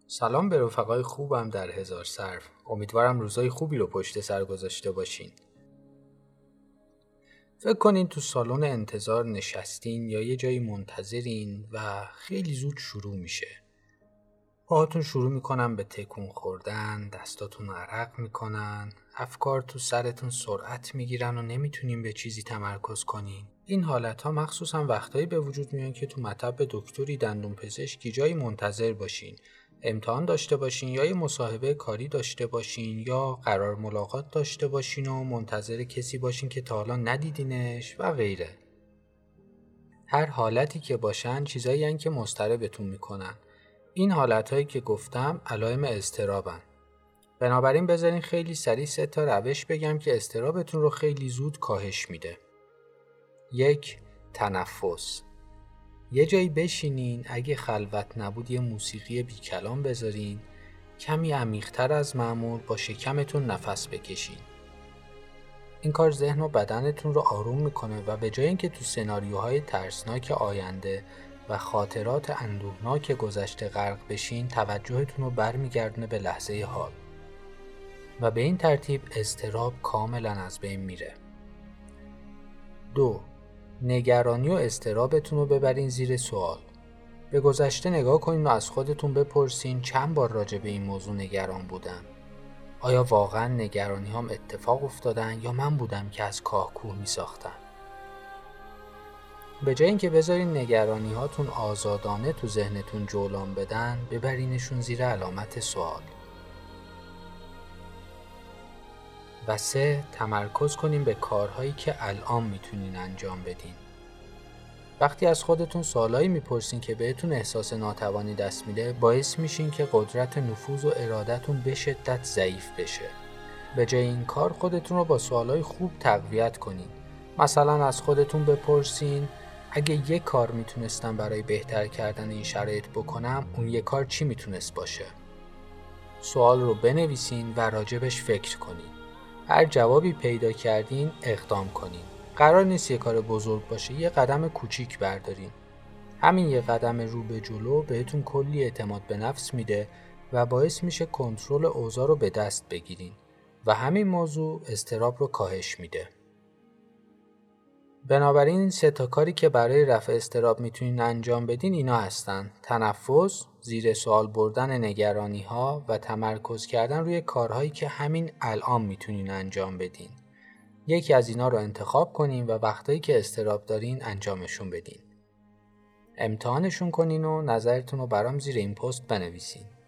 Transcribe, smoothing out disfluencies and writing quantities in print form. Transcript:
سلام به رفقای خوبم در هزار صرف. امیدوارم روزای خوبی رو پشت سر گذاشته باشین. فکر کنین تو سالن انتظار نشستین یا یه جایی منتظرین و خیلی زود شروع میشه. پاهاتون شروع میکنن به تکون خوردن، دستاتون عرق میکنن، افکار تو سرتون سرعت میگیرن و نمیتونین به چیزی تمرکز کنین. این حالت ها مخصوصا وقتایی به وجود میان که تو مطب دکتری، دندون پزشکی جایی منتظر باشین، امتحان داشته باشین یا یه مصاحبه کاری داشته باشین یا قرار ملاقات داشته باشین و منتظر کسی باشین که تا حالا ندیدینش و غیره. هر حالتی که باشن چیزایی هن که مضطربتون میکنن. این حالتهایی که گفتم علائم اضطرابن. بنابراین بذارین خیلی سریع 3 روش بگم که اضطرابتون رو خیلی زود کاهش میده. 1. تنفس. یه جایی بشینین، اگه خلوت نبود یه موسیقی بی کلام بذارین، کمی عمیق‌تر از معمول با شکمتون نفس بکشین. این کار ذهن و بدنتون رو آروم میکنه و به جای اینکه تو سناریوهای ترسناک آینده و خاطرات اندوهناک گذشته غرق بشین، توجهتون رو برمیگردونه به لحظه حال و به این ترتیب اضطراب کاملا از بین میره. 2. نگرانی و اضطرابتون رو ببرین زیر سوال. به گذشته نگاه کنین و از خودتون بپرسین چند بار راجع به این موضوع نگران بودم. آیا واقعا نگرانی هام اتفاق افتادن یا من بودم که از کاه کوه می ساختم؟ به جای اینکه بذارین نگرانی هاتون آزادانه تو ذهنتون جولان بدن، ببرینشون زیر علامت سوال. و 3. تمرکز کنین به کارهایی که الان میتونین انجام بدین. وقتی از خودتون سوالایی میپرسین که بهتون احساس ناتوانی دست میده، باعث میشین که قدرت نفوذ و ارادتون به شدت ضعیف بشه. به جای این کار خودتون رو با سوالای خوب تقویت کنین. مثلا از خودتون بپرسین اگه یک کار میتونستم برای بهتر کردن این شرایط بکنم، اون یک کار چی میتونست باشه؟ سوال رو بنویسین و راجبش فکر کنین. هر جوابی پیدا کردین اقدام کنین. قرار نیست یه کار بزرگ باشه، یه قدم کوچیک بردارین. همین یه قدم رو به جلو بهتون کلی اعتماد به نفس میده و باعث میشه کنترل اوضاع رو به دست بگیرین و همین موضوع اضطراب رو کاهش میده. بنابراین این 3 کاری که برای رفع اضطراب میتونین انجام بدین اینا هستن: تنفس، زیر سوال بردن نگرانی ها و تمرکز کردن روی کارهایی که همین الان میتونین انجام بدین. یکی از اینا رو انتخاب کنین و وقتایی که اضطراب دارین انجامشون بدین. امتحانشون کنین و نظرتون رو برام زیر این پست بنویسین.